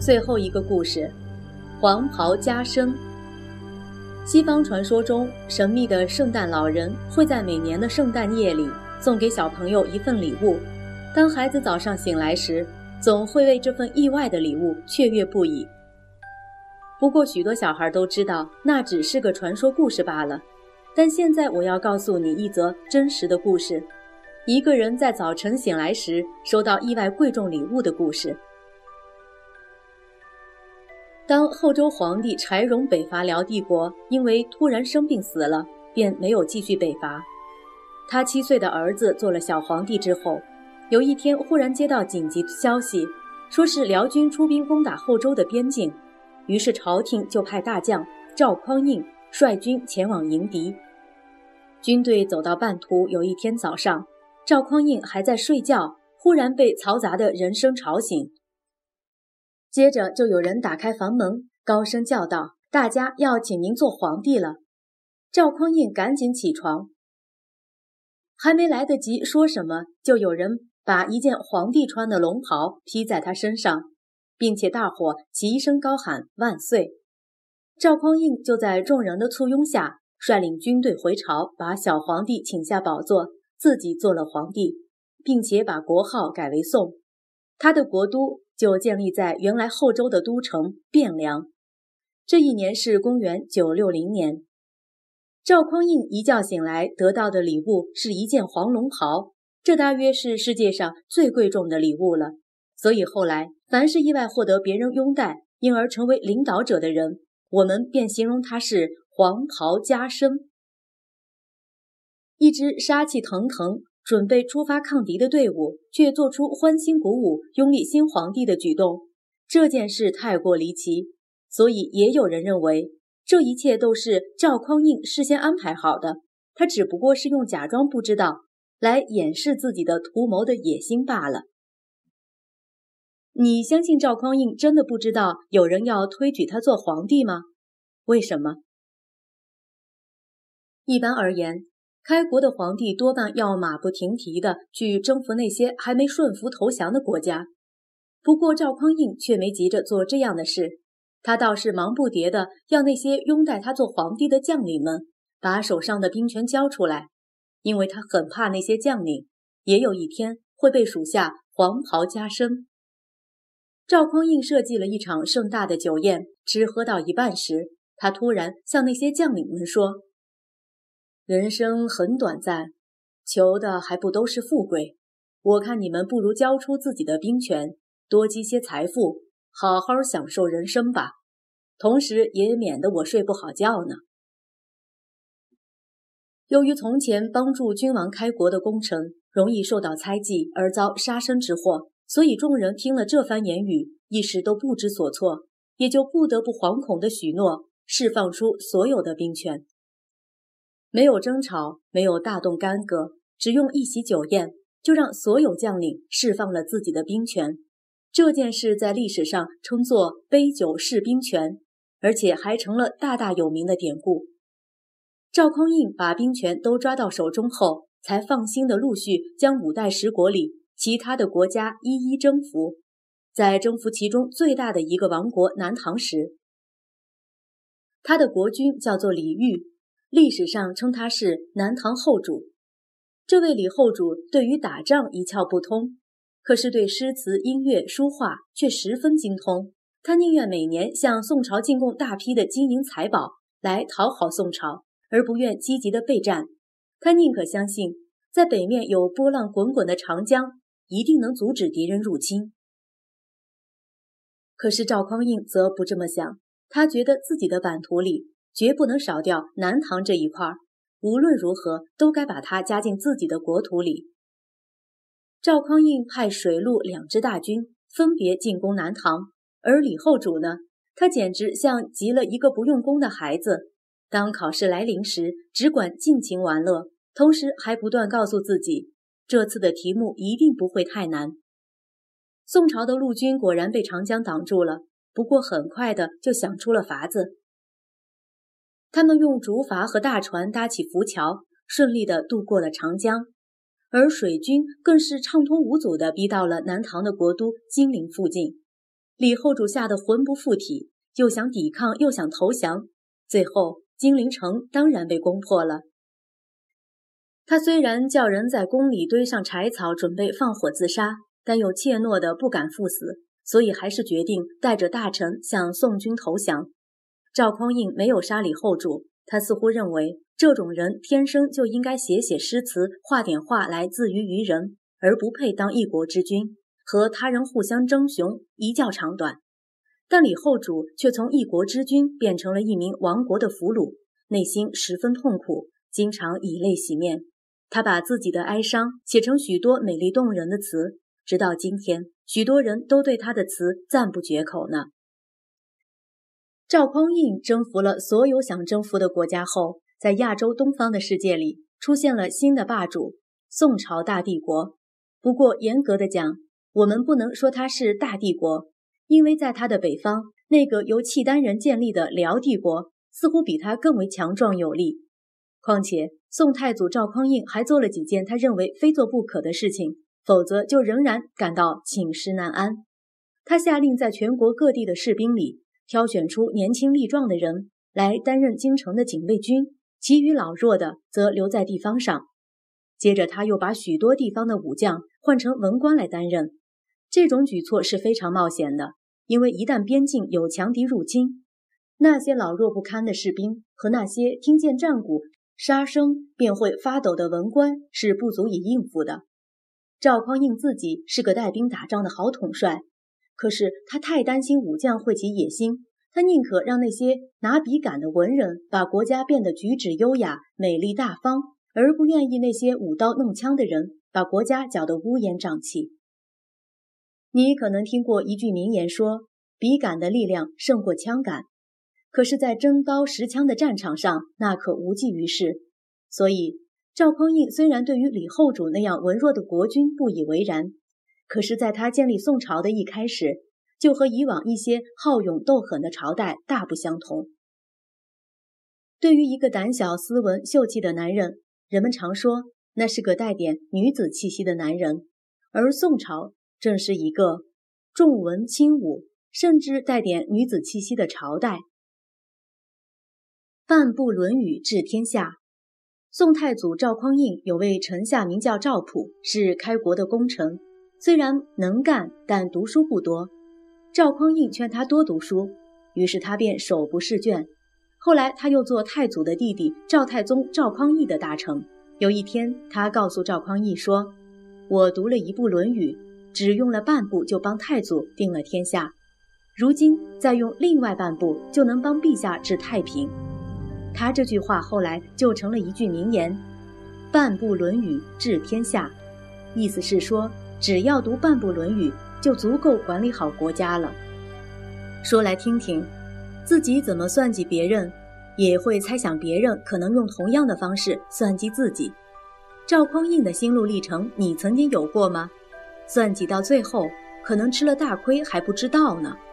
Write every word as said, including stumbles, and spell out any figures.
最后一个故事，黄袍加身。西方传说中，神秘的圣诞老人会在每年的圣诞夜里送给小朋友一份礼物。当孩子早上醒来时，总会为这份意外的礼物雀跃不已。不过许多小孩都知道，那只是个传说故事罢了。但现在我要告诉你一则真实的故事，一个人在早晨醒来时收到意外贵重礼物的故事。当后周皇帝柴荣北伐辽帝国，因为突然生病死了，便没有继续北伐。他七岁的儿子做了小皇帝之后，有一天忽然接到紧急消息，说是辽军出兵攻打后周的边境，于是朝廷就派大将赵匡胤率军前往迎敌。军队走到半途，有一天早上，赵匡胤还在睡觉，忽然被嘈杂的人声吵醒。接着就有人打开房门，高声叫道：“大家要请您做皇帝了。”赵匡胤赶紧起床，还没来得及说什么，就有人把一件皇帝穿的龙袍披在他身上，并且大伙齐声高喊万岁。赵匡胤就在众人的簇拥下，率领军队回朝，把小皇帝请下宝座，自己做了皇帝，并且把国号改为宋。他的国都就建立在原来后周的都城汴梁。这一年是公元九六零年。赵匡胤一觉醒来得到的礼物是一件黄龙袍，这大约是世界上最贵重的礼物了。所以后来凡是意外获得别人拥戴，因而成为领导者的人，我们便形容他是黄袍加身。一支杀气腾腾准备出发抗敌的队伍，却做出欢欣鼓舞拥立新皇帝的举动，这件事太过离奇，所以也有人认为这一切都是赵匡胤事先安排好的，他只不过是用假装不知道来掩饰自己的图谋的野心罢了。你相信赵匡胤真的不知道有人要推举他做皇帝吗？为什么？一般而言，开国的皇帝多半要马不停蹄地去征服那些还没顺服投降的国家。不过赵匡胤却没急着做这样的事，他倒是忙不迭地要那些拥戴他做皇帝的将领们把手上的兵权交出来，因为他很怕那些将领也有一天会被属下黄袍加身。赵匡胤设计了一场盛大的酒宴，吃喝到一半时，他突然向那些将领们说：“人生很短暂，求的还不都是富贵？我看你们不如交出自己的兵权，多积些财富，好好享受人生吧，同时也免得我睡不好觉呢。”由于从前帮助君王开国的功臣容易受到猜忌而遭杀身之祸，所以众人听了这番言语，一时都不知所措，也就不得不惶恐地许诺释放出所有的兵权。没有争吵，没有大动干戈，只用一席酒宴，就让所有将领释放了自己的兵权。这件事在历史上称作杯酒释兵权，而且还成了大大有名的典故。赵匡胤把兵权都抓到手中后，才放心地陆续将五代十国里其他的国家一一征服。在征服其中最大的一个王国南唐时，他的国君叫做李煜，历史上称他是南唐后主。这位李后主对于打仗一窍不通，可是对诗词、音乐、书画却十分精通。他宁愿每年向宋朝进贡大批的金银财宝来讨好宋朝，而不愿积极的备战。他宁可相信，在北面有波浪滚滚的长江，一定能阻止敌人入侵。可是赵匡胤则不这么想，他觉得自己的版图里绝不能少掉南唐这一块，无论如何都该把它加进自己的国土里。赵匡胤派水陆两支大军分别进攻南唐，而李后主呢，他简直像极了一个不用功的孩子，当考试来临时只管尽情玩乐，同时还不断告诉自己，这次的题目一定不会太难。宋朝的陆军果然被长江挡住了，不过很快的就想出了法子。他们用竹筏和大船搭起浮桥，顺利地渡过了长江，而水军更是畅通无阻地逼到了南唐的国都金陵附近。 李后主吓得魂不附体，又想抵抗又想投降，最后金陵城当然被攻破了。他虽然叫人在宫里堆上柴草准备放火自杀，但又怯懦的不敢赴死，所以还是决定带着大臣向宋军投降。赵匡胤没有杀李后主，他似乎认为这种人天生就应该写写诗词，画点画来自娱于人，而不配当一国之君，和他人互相争雄，一较长短。但李后主却从一国之君变成了一名亡国的俘虏，内心十分痛苦，经常以泪洗面。他把自己的哀伤写成许多美丽动人的词，直到今天，许多人都对他的词赞不绝口呢。赵匡胤征服了所有想征服的国家后，在亚洲东方的世界里出现了新的霸主——宋朝大帝国。不过严格的讲，我们不能说它是大帝国，因为在它的北方，那个由契丹人建立的辽帝国似乎比它更为强壮有力。况且宋太祖赵匡胤还做了几件他认为非做不可的事情，否则就仍然感到寝食难安。他下令在全国各地的士兵里挑选出年轻力壮的人来担任京城的警卫军，其余老弱的则留在地方上。接着他又把许多地方的武将换成文官来担任。这种举措是非常冒险的，因为一旦边境有强敌入侵，那些老弱不堪的士兵和那些听见战鼓杀声便会发抖的文官是不足以应付的。赵匡胤自己是个带兵打仗的好统帅，可是他太担心武将会起野心，他宁可让那些拿笔杆的文人把国家变得举止优雅、美丽大方，而不愿意那些舞刀弄枪的人把国家搅得乌烟瘴气。你可能听过一句名言说，笔杆的力量胜过枪杆，可是在真刀实枪的战场上，那可无济于事。所以赵匡胤虽然对于李后主那样文弱的国君不以为然，可是在他建立宋朝的一开始，就和以往一些好勇斗狠的朝代大不相同。对于一个胆小斯文秀气的男人，人们常说那是个带点女子气息的男人，而宋朝正是一个重文轻武，甚至带点女子气息的朝代。半部《论语》治天下。宋太祖赵匡胤有位臣下名叫赵普，是开国的功臣，虽然能干，但读书不多。赵匡胤劝他多读书，于是他便手不释卷。后来他又做太祖的弟弟赵太宗赵匡义的大臣。有一天，他告诉赵匡义说：“我读了一部《论语》，只用了半部就帮太祖定了天下，如今再用另外半部就能帮陛下治太平。”他这句话后来就成了一句名言：“半部《论语》治天下”，意思是说，只要读半部《论语》，就足够管理好国家了。说来听听，自己怎么算计别人，也会猜想别人可能用同样的方式算计自己。赵匡胤的心路历程，你曾经有过吗？算计到最后，可能吃了大亏还不知道呢。